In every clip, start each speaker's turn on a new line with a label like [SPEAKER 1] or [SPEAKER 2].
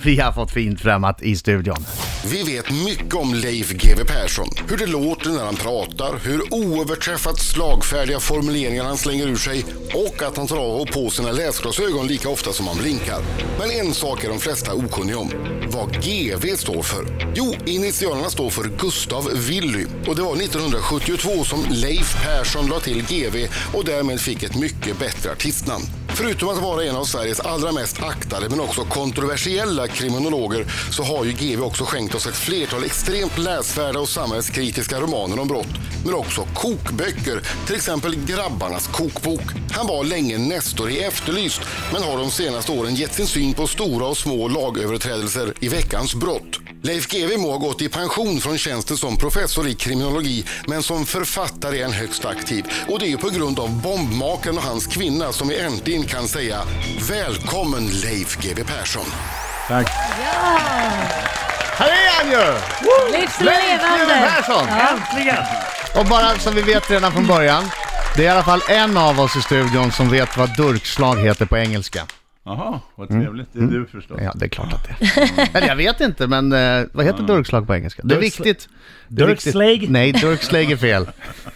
[SPEAKER 1] vi har fått fint främmat i studion.
[SPEAKER 2] Vi vet mycket om Leif GW Persson. Hur det låter när han pratar, hur oöverträffat slagfärdiga formuleringar han slänger ur sig och att han tar av och på sina läsglasögon lika ofta som han blinkar. Men en sak är de flesta okunniga om. Vad GW står för? Jo, initialerna står för Gustav Willy. Och det var 1972 som Leif Persson la till GW och därmed fick ett mycket bättre artistnamn. Förutom att vara en av Sveriges allra mest aktade men också kontroversiella kriminologer så har ju GW också skänkt oss ett flertal extremt läsvärda och samhällskritiska romaner om brott. Men också kokböcker, till exempel Grabbarnas kokbok. Han var länge Nestor i Efterlyst men har de senaste åren gett sin syn på stora och små lagöverträdelser i Veckans brott. Leif GW må ha gått i pension från tjänsten som professor i kriminologi men som författare är han högst aktiv. Och det är ju på grund av bombmakaren och hans kvinna som vi äntligen kan säga välkommen Leif GW Persson.
[SPEAKER 1] Tack. Ja! Här är han ju!
[SPEAKER 3] Leif GW
[SPEAKER 1] Persson!
[SPEAKER 3] Äntligen!
[SPEAKER 1] Och bara så vi vet redan från början, det är i alla fall en av oss i studion som vet vad durkslag heter på engelska.
[SPEAKER 4] Jaha, vad trevligt. Det är du förstås.
[SPEAKER 1] Ja, det är klart att det är. Eller jag vet inte, men vad heter durkslag på engelska? Det är viktigt.
[SPEAKER 3] Durkslag?
[SPEAKER 1] Nej, durkslag är fel.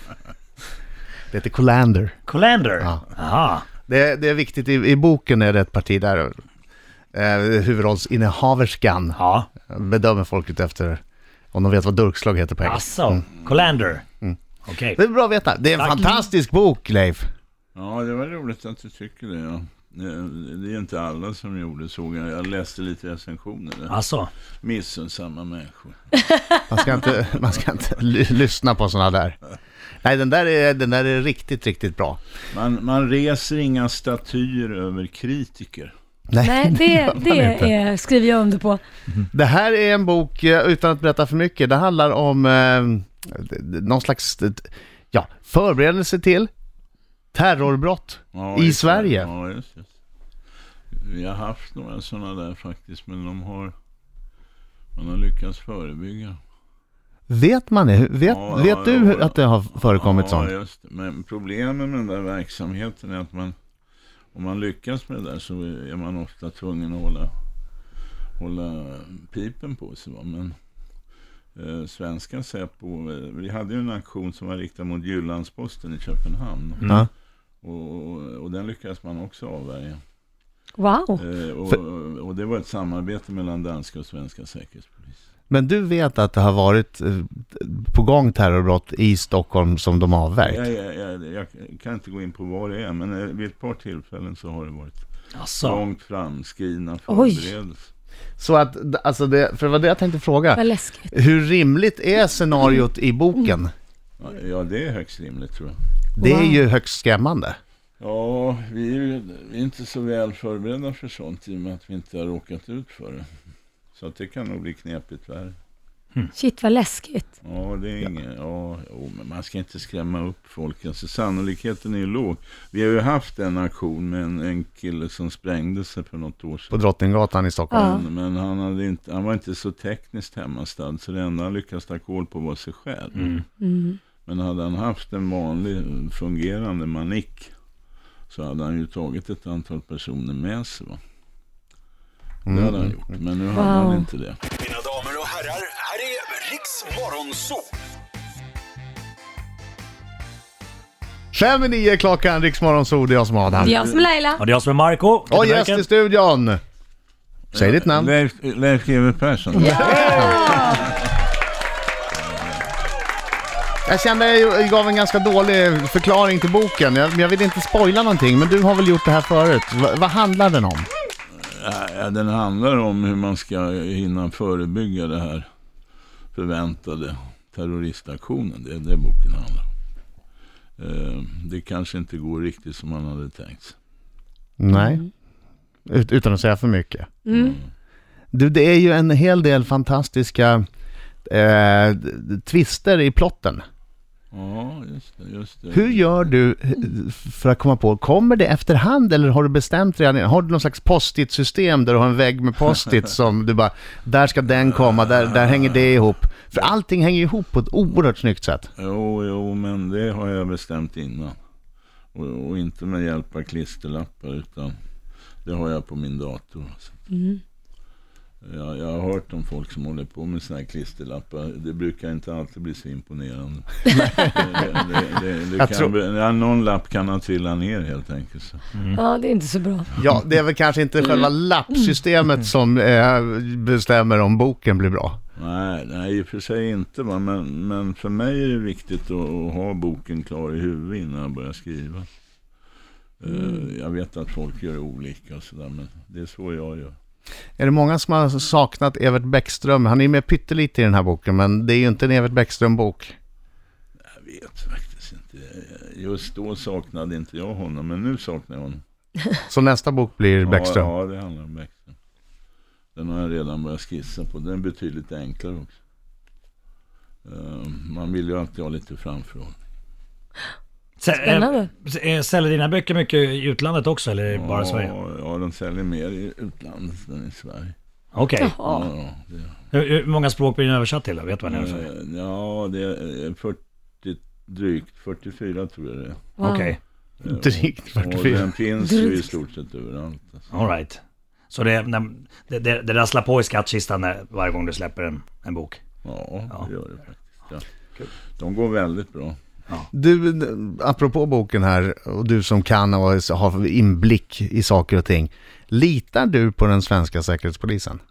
[SPEAKER 1] Det heter colander.
[SPEAKER 3] Colander?
[SPEAKER 1] Ja.
[SPEAKER 3] Aha.
[SPEAKER 1] Det är viktigt. I boken är det ett parti där huvudrollsinnehaverskan bedömer folket efter om de vet vad durkslag heter på engelska.
[SPEAKER 3] Alltså, colander. Okej.
[SPEAKER 1] Det är bra att veta. Det är en fantastisk bok, Leif.
[SPEAKER 4] Ja, det var roligt att du tycker det, ja. Det är inte alla som gjorde så. Jag läste lite recensioner.
[SPEAKER 3] Alltså.
[SPEAKER 4] Missunnsamma människor.
[SPEAKER 1] Man ska inte lyssna på såna där. Nej, den där är riktigt, riktigt bra.
[SPEAKER 4] Man reser inga statyer över kritiker.
[SPEAKER 3] Nej, det skriver jag under på.
[SPEAKER 1] Det här är en bok, utan att berätta för mycket, det handlar om någon slags förberedelse till terrorbrott i Sverige.
[SPEAKER 4] Ja, just. Vi har haft några sådana där faktiskt, men man har lyckats förebygga.
[SPEAKER 1] Vet man det? Vet du att det har förekommit sånt?
[SPEAKER 4] Ja, just det. Men problemet med den där verksamheten är att om man lyckas med det där så är man ofta tvungen att hålla pipen på sig. Men svenska Säpo, vi hade ju en aktion som var riktad mot Jyllandsposten i Köpenhamn. Och den lyckades man också avvärja.
[SPEAKER 3] Wow.
[SPEAKER 4] Och det var ett samarbete mellan danska och svenska säkerhetspolis.
[SPEAKER 1] Men du vet att det har varit på gång terrorbrott i Stockholm som de avvärjt?
[SPEAKER 4] Jag kan inte gå in på vad det är, men vid ett par tillfällen så har det varit långt framskrivna förberedelser.
[SPEAKER 1] Så att, alltså för vad det jag tänkte fråga.
[SPEAKER 3] Vad läskigt.
[SPEAKER 1] Hur rimligt är scenariot i boken?
[SPEAKER 4] Ja, det är högst rimligt, tror jag.
[SPEAKER 1] Det är ju högst skrämmande.
[SPEAKER 4] Ja, vi är inte så väl förberedda för sånt i och med att vi inte har råkat ut för det. Så att det kan nog bli knepigt värre.
[SPEAKER 3] Shit, vad läskigt.
[SPEAKER 4] Ja, det är inget. Men man ska inte skrämma upp folk. Alltså, sannolikheten är ju låg. Vi har ju haft en aktion med en kille som sprängde sig för något år sedan.
[SPEAKER 1] På Drottninggatan i Stockholm.
[SPEAKER 4] Men han var inte så tekniskt hemmastad, så det enda han lyckades ta koll på var sig själv. Men hade han haft en vanlig fungerande manik så hade han ju tagit ett antal personer med sig, va? Det hade han gjort, men nu hade han inte det.
[SPEAKER 5] Mina damer och herrar, här är Riks Morgonzoo.
[SPEAKER 1] 5:09 klockan, Riks Morgonzoo, det är jag som Adam.
[SPEAKER 3] Det är jag som är Leila.
[SPEAKER 6] Och det är jag som är Marco.
[SPEAKER 1] Och gäst i studion. Säg ditt namn.
[SPEAKER 4] Leif GW Persson.
[SPEAKER 1] Jag kände jag gav en ganska dålig förklaring till boken. Jag vill inte spoila någonting, men du har väl gjort det här förut. Vad handlar den om?
[SPEAKER 4] Ja, den handlar om hur man ska hinna förebygga det här förväntade terroristaktionen. Det är det boken handlar om. Det kanske inte går riktigt som man hade tänkt.
[SPEAKER 1] Nej, utan att säga för mycket. Du, det är ju en hel del fantastiska twister i plotten.
[SPEAKER 4] Ja, just det.
[SPEAKER 1] Hur gör du för att komma på? Kommer det efterhand eller har du bestämt redan? Har du någon slags post-it-system där du har en vägg med post-it som du bara, där ska den komma, där hänger det ihop. För allting hänger ihop på ett oerhört snyggt sätt.
[SPEAKER 4] Jo, men det har jag bestämt innan. Och inte med hjälp av klisterlappar, utan det har jag på min dator. hört om folk som håller på med såna här klisterlappar. Det brukar inte alltid bli så imponerande. Någon lapp kan han trilla ner helt enkelt. Så.
[SPEAKER 3] Ja, det är inte så bra.
[SPEAKER 1] Ja, det är väl kanske inte själva lappsystemet som bestämmer om boken blir bra.
[SPEAKER 4] Nej, i och för sig inte. Va? Men för mig är det viktigt att ha boken klar i huvudet innan jag börjar skriva. Jag vet att folk gör olika och sådär, men det är så jag gör.
[SPEAKER 1] Är det många som har saknat Evert Bäckström? Han är med pyttelite i den här boken, men det är ju inte en Evert Bäckström-bok.
[SPEAKER 4] Jag vet faktiskt inte. Just då saknade inte jag honom, men nu saknar jag honom.
[SPEAKER 1] Så nästa bok blir Bäckström?
[SPEAKER 4] Ja, det handlar om Bäckström. Den har jag redan börjat skissa på. Den är betydligt enklare också. Man vill ju alltid ha lite framförhållning.
[SPEAKER 3] Spännande.
[SPEAKER 6] Säljer dina böcker mycket i utlandet också, eller bara i Sverige?
[SPEAKER 4] Ja, de säljer mer i utlandet än i Sverige.
[SPEAKER 6] Okej.
[SPEAKER 3] Jaha.
[SPEAKER 6] Hur många språk blir den översatt till? Vet vad den är?
[SPEAKER 4] Ja, det är drygt 44 tror jag det är.
[SPEAKER 3] Wow.
[SPEAKER 6] Okej.
[SPEAKER 1] Drygt
[SPEAKER 4] Och
[SPEAKER 1] 44.
[SPEAKER 4] den finns ju i stort sett överallt. Alltså.
[SPEAKER 6] All right. Så det rasslar på i skattkistan varje gång du släpper en bok?
[SPEAKER 4] Ja, det gör det faktiskt. Ja. De går väldigt bra.
[SPEAKER 1] Du, apropå boken här, och du som kan och har inblick i saker och ting, litar du på den svenska säkerhetspolisen?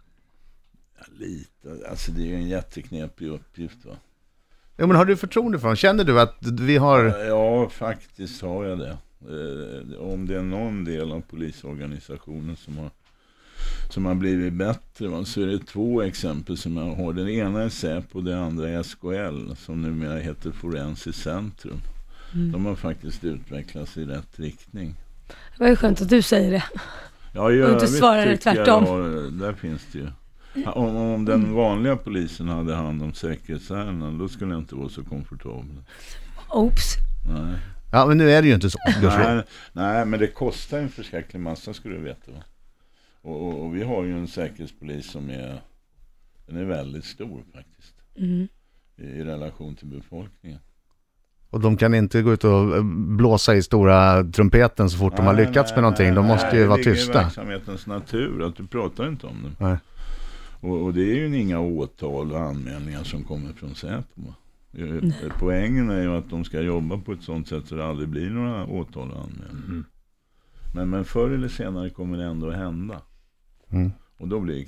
[SPEAKER 4] Lite, alltså det är ju en jätteknepig uppgift, va?
[SPEAKER 1] Ja, men har du förtroende för dem? Känner du att vi har...
[SPEAKER 4] Ja, faktiskt har jag det. Om det är någon del av polisorganisationen som har blivit bättre, va, så är det 2 exempel som jag har. Den ena är SÄPO och det andra är SKL, som numera heter Forensiskt Centrum. De har faktiskt utvecklats i rätt riktning.
[SPEAKER 3] Det var ju skönt att du säger det.
[SPEAKER 4] Ja,
[SPEAKER 3] och inte svarar det tvärtom.
[SPEAKER 4] Där finns det ju. Om den vanliga polisen hade hand om säkerhetsärenden, då skulle jag inte vara så komfortabel.
[SPEAKER 3] Oops.
[SPEAKER 4] Nej.
[SPEAKER 1] Ja, men nu är det ju inte så.
[SPEAKER 4] Nej, men det kostar en förskräcklig massa, skulle du veta, va? Och vi har ju en säkerhetspolis som är väldigt stor faktiskt. I relation till befolkningen.
[SPEAKER 1] Och de kan inte gå ut och blåsa i stora trumpeten så fort de har lyckats med någonting. De måste ju vara tysta.
[SPEAKER 4] Det är verksamhetens natur att du pratar inte om dem.
[SPEAKER 1] Nej.
[SPEAKER 4] Och det är ju inga åtal och anmälningar som kommer från SÄPO. Poängen är ju att de ska jobba på ett sånt sätt så det aldrig blir några åtal och anmälningar. Men förr eller senare kommer det ändå att hända. Och då blir det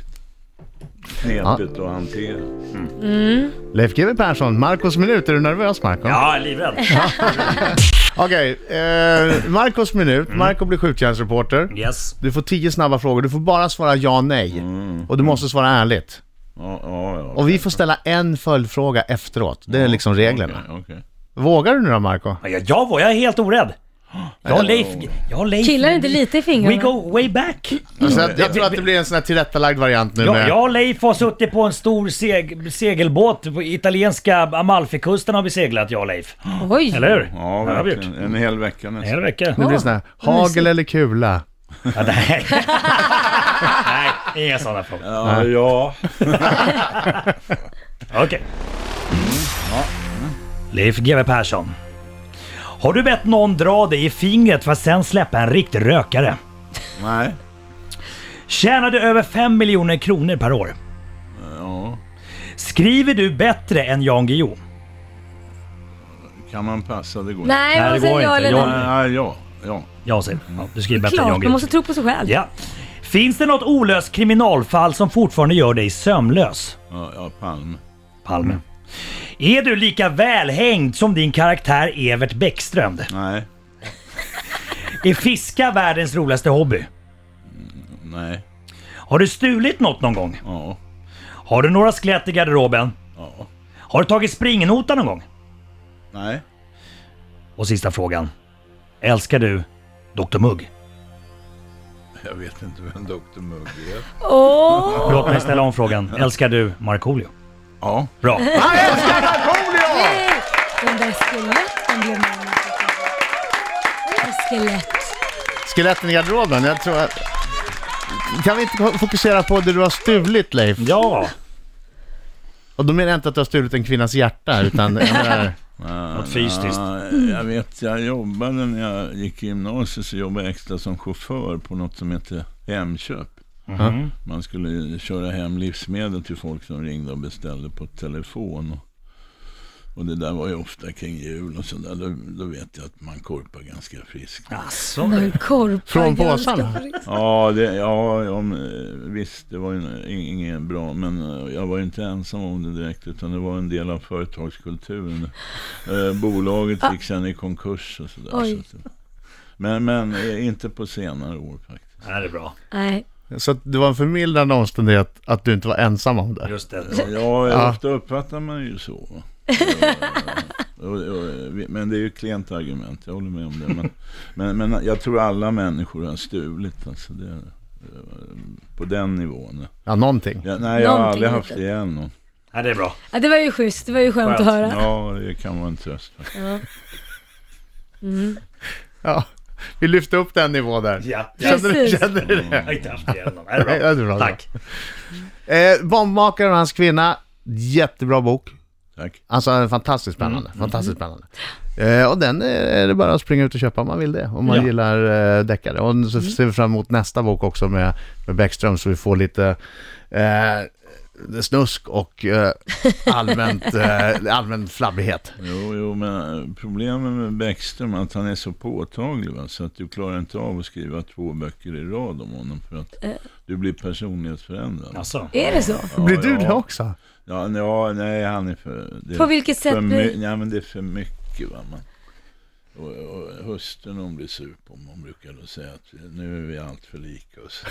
[SPEAKER 4] knepigt att hantera.
[SPEAKER 1] Leif GW Persson, Marcos minut. Är du nervös, Marco?
[SPEAKER 6] Ja, livrädd.
[SPEAKER 1] Okej, Marcos minut. Marco blir skjutjärnsreporter.
[SPEAKER 6] Yes.
[SPEAKER 1] Du får 10 snabba frågor. Du får bara svara ja, nej. Och du måste svara ärligt.
[SPEAKER 4] Ja,
[SPEAKER 1] och vi får ställa en följdfråga efteråt. Det är liksom reglerna.
[SPEAKER 4] Okay.
[SPEAKER 1] Vågar du nu då, Marco?
[SPEAKER 6] Jag är helt orädd. Jag Leif.
[SPEAKER 3] Killar inte lite i fingrarna?
[SPEAKER 6] We go way back.
[SPEAKER 1] Alltså, jag tror att det blir en sån här tillrättalagd variant nu.
[SPEAKER 6] Jag och Leif har suttit på en stor segelbåt på italienska Amalfikusten har vi seglat, jag och Leif.
[SPEAKER 3] Oj.
[SPEAKER 6] Eller hur?
[SPEAKER 4] Ja, verkligen. En hel vecka nästan.
[SPEAKER 6] En hel vecka.
[SPEAKER 1] Det blir sån här, hagel eller kula?
[SPEAKER 6] Ja, nej, inga sådana frågor.
[SPEAKER 4] Ja.
[SPEAKER 6] Okej. Leif GW Persson. Har du bett någon dra dig i fingret för att sen släppa en riktig rökare?
[SPEAKER 4] Nej.
[SPEAKER 6] Tjänar du över 5 miljoner kronor per år?
[SPEAKER 4] Ja.
[SPEAKER 6] Skriver du bättre än Jan Guillou?
[SPEAKER 4] Kan man passa? Det går
[SPEAKER 3] Nej,
[SPEAKER 6] det
[SPEAKER 3] vad säger
[SPEAKER 6] går
[SPEAKER 3] jag
[SPEAKER 6] inte.
[SPEAKER 3] eller nej?
[SPEAKER 4] Ja.
[SPEAKER 6] Jag säger. Ja, du skriver bättre än Jan
[SPEAKER 3] Klart, man
[SPEAKER 6] Guillou.
[SPEAKER 3] måste tro på sig själv.
[SPEAKER 6] Ja. Finns det något olöst kriminalfall som fortfarande gör dig sömnlös?
[SPEAKER 4] Ja,
[SPEAKER 6] Palme. Är du lika välhängd som din karaktär Evert Bäckström?
[SPEAKER 4] Nej.
[SPEAKER 6] Är fiska världens roligaste hobby?
[SPEAKER 4] Nej.
[SPEAKER 6] Har du stulit något någon gång?
[SPEAKER 4] Ja.
[SPEAKER 6] Har du några skelett i garderoben?
[SPEAKER 4] Ja.
[SPEAKER 6] Har du tagit springnota någon gång?
[SPEAKER 4] Nej.
[SPEAKER 6] Och sista frågan. Älskar du Dr. Mugg?
[SPEAKER 4] Jag vet inte vem Dr. Mugg är.
[SPEAKER 6] Låt mig ställa om frågan. Älskar du Markoolio?
[SPEAKER 4] Ja.
[SPEAKER 6] Bra.
[SPEAKER 3] Den där skeletten blev man. Skelett.
[SPEAKER 1] Skeletten i garderoben, jag tror att... Kan vi inte fokusera på det du har stulit, Leif?
[SPEAKER 6] Ja.
[SPEAKER 1] Och då menar jag inte att du har stulit en kvinnas hjärta, utan...
[SPEAKER 6] Något fysiskt.
[SPEAKER 4] Jag vet, jag jobbade när jag gick i gymnasiet, så jobbade jag extra som chaufför på något som heter Hemköp. Man skulle köra hem livsmedel till folk som ringde och beställde på telefon. Och det där var ju ofta kring jul och sådär. Då vet jag att man korpar ganska friskt.
[SPEAKER 6] Asså.
[SPEAKER 3] Men korpar
[SPEAKER 1] Från
[SPEAKER 3] ganska
[SPEAKER 1] påsarna?
[SPEAKER 3] friskt.
[SPEAKER 4] Visst, det var ju ingen bra, men jag var ju inte ensam om det direkt, utan det var en del av företagskulturen. Bolaget gick sen i konkurs och sådär.
[SPEAKER 3] Oj.
[SPEAKER 4] Så men inte på senare år faktiskt.
[SPEAKER 6] Ja, det är bra.
[SPEAKER 3] Nej.
[SPEAKER 1] Så att det var en förmildrande omständighet att du inte var ensam om det.
[SPEAKER 6] Just det.
[SPEAKER 4] Ja, ofta uppfattar man ju så. Men det är ju ett klent argument, jag håller med om det. Men jag tror alla människor har stulit, alltså det, på den nivån.
[SPEAKER 1] Ja, någonting.
[SPEAKER 4] Nej, jag har
[SPEAKER 3] Någonting
[SPEAKER 4] aldrig haft
[SPEAKER 3] lite.
[SPEAKER 4] det än.
[SPEAKER 6] Ja, det är bra.
[SPEAKER 3] Ja, det var ju schysst. Det var ju skönt att höra.
[SPEAKER 4] Ja, det kan vara en tröst.
[SPEAKER 3] Ja.
[SPEAKER 1] Ja, vi lyfte upp den nivån där.
[SPEAKER 6] Ja.
[SPEAKER 3] Precis.
[SPEAKER 1] Känner du det?
[SPEAKER 6] Jag har inte haft det än. Det är
[SPEAKER 1] Nej, det är bra.
[SPEAKER 6] bra. Tack.
[SPEAKER 1] Bombmakaren och hans kvinna, jättebra bok.
[SPEAKER 4] Tack.
[SPEAKER 1] Alltså fantastiskt spännande, fantastiskt spännande. Och den är det bara att springa ut och köpa om man vill det, om man gillar deckare. Och så ser vi fram emot nästa bok också med Bäckström, så vi får lite snusk och allmän flabbighet.
[SPEAKER 4] Jo, men problemet med Bäckström är att han är så påtaglig, va? Så att du klarar inte av att skriva 2 böcker i rad om honom, för att du blir personlighetsförändrad.
[SPEAKER 6] Alltså.
[SPEAKER 3] Är det så?
[SPEAKER 1] Blir du det också?
[SPEAKER 4] Ja, nej, han är för... Det
[SPEAKER 3] På vilket sätt blir...
[SPEAKER 4] Ja, men det är för mycket, va? Och hösten hon blir sur på mig, hon brukar då säga att nu är vi allt för lika oss.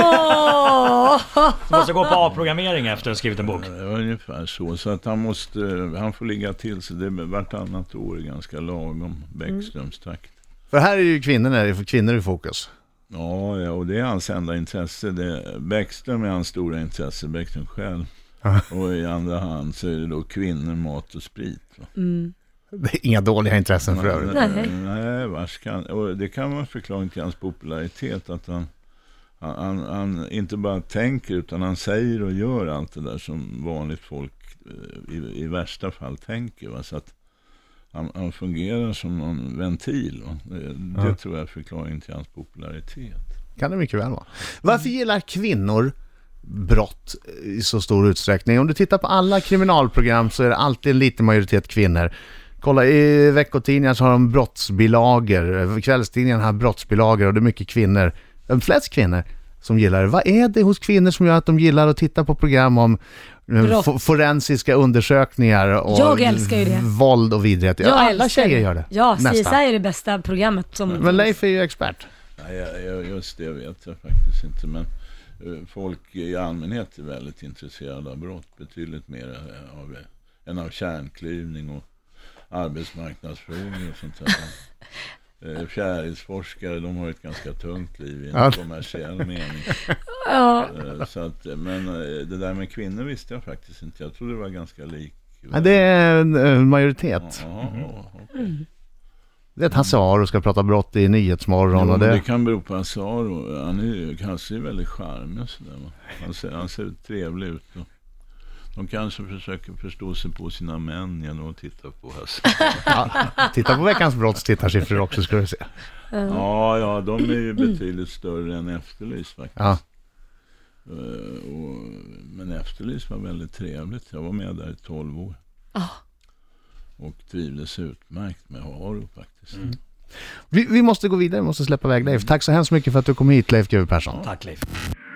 [SPEAKER 6] Du måste gå på avprogrammering efter att ha skrivit en bok.
[SPEAKER 4] Det var ungefär så att han får ligga till sig. Det är vartannat år ganska lagom Bäckströms takt.
[SPEAKER 1] För här är ju kvinnor i fokus.
[SPEAKER 4] Ja, och det är hans enda intresse. Bäckström är hans stora intresse, Bäckström själv. Och i andra hand så är det då kvinnor, mat och sprit. Va?
[SPEAKER 1] Det är inga dåliga intressen för övrigt.
[SPEAKER 4] Nej, och det kan vara förklaring till hans popularitet, att han inte bara tänker, utan han säger och gör allt det där som vanligt folk i värsta fall tänker, va? Så att han fungerar som någon ventil, va? Det tror jag är förklaring till hans popularitet.
[SPEAKER 1] Kan det mycket väl vara. Varför gillar kvinnor brott i så stor utsträckning? Om du tittar på alla kriminalprogram så är det alltid en liten majoritet kvinnor. Kolla, i veckotidningar så har de brottsbilagor. Kvällstidningarna har brottsbilagor och det är mycket kvinnor. Flest kvinnor som gillar det. Vad är det hos kvinnor som gör att de gillar att titta på program om forensiska undersökningar och
[SPEAKER 3] Jag älskar ju det.
[SPEAKER 1] våld och vidrighet? Alla tjejer gör det.
[SPEAKER 3] Ja,
[SPEAKER 1] nästan.
[SPEAKER 3] CSI är det bästa programmet som...
[SPEAKER 1] Men Leif är ju expert.
[SPEAKER 4] Nej, just det vet jag faktiskt inte, men folk i allmänhet är väldigt intresserade av brott, betydligt mer än av kärnklyvning och arbetsmarknadsfrågor och sånt där. Fjärilsforskare, de har ett ganska tungt liv i en kommersiell mening. Så att, men det där med kvinnor visste jag faktiskt inte. Jag trodde det var ganska lik.
[SPEAKER 1] Ja, det är en majoritet.
[SPEAKER 4] Okay.
[SPEAKER 1] Det är att Hasse Aro ska prata brott i Nyhetsmorgon.
[SPEAKER 4] Jo,
[SPEAKER 1] och
[SPEAKER 4] det kan bero på Hasse Aro. Han är väldigt charmig och sådär. Han ser trevlig ut. Och de kanske försöker förstå sig på sina män genom att titta på Hasse.
[SPEAKER 1] Titta på veckans brottstittarsiffror också, ska du se.
[SPEAKER 4] Ja, de är ju betydligt större än Efterlyst faktiskt.
[SPEAKER 1] Ja.
[SPEAKER 4] Men Efterlyst var väldigt trevligt. Jag var med där i 12 år. Och trivdes utmärkt med Aro faktiskt.
[SPEAKER 1] Vi måste gå vidare, vi måste släppa iväg Leif. Tack så hemskt mycket för att du kom hit, Leif GW Persson.
[SPEAKER 6] Tack Leif.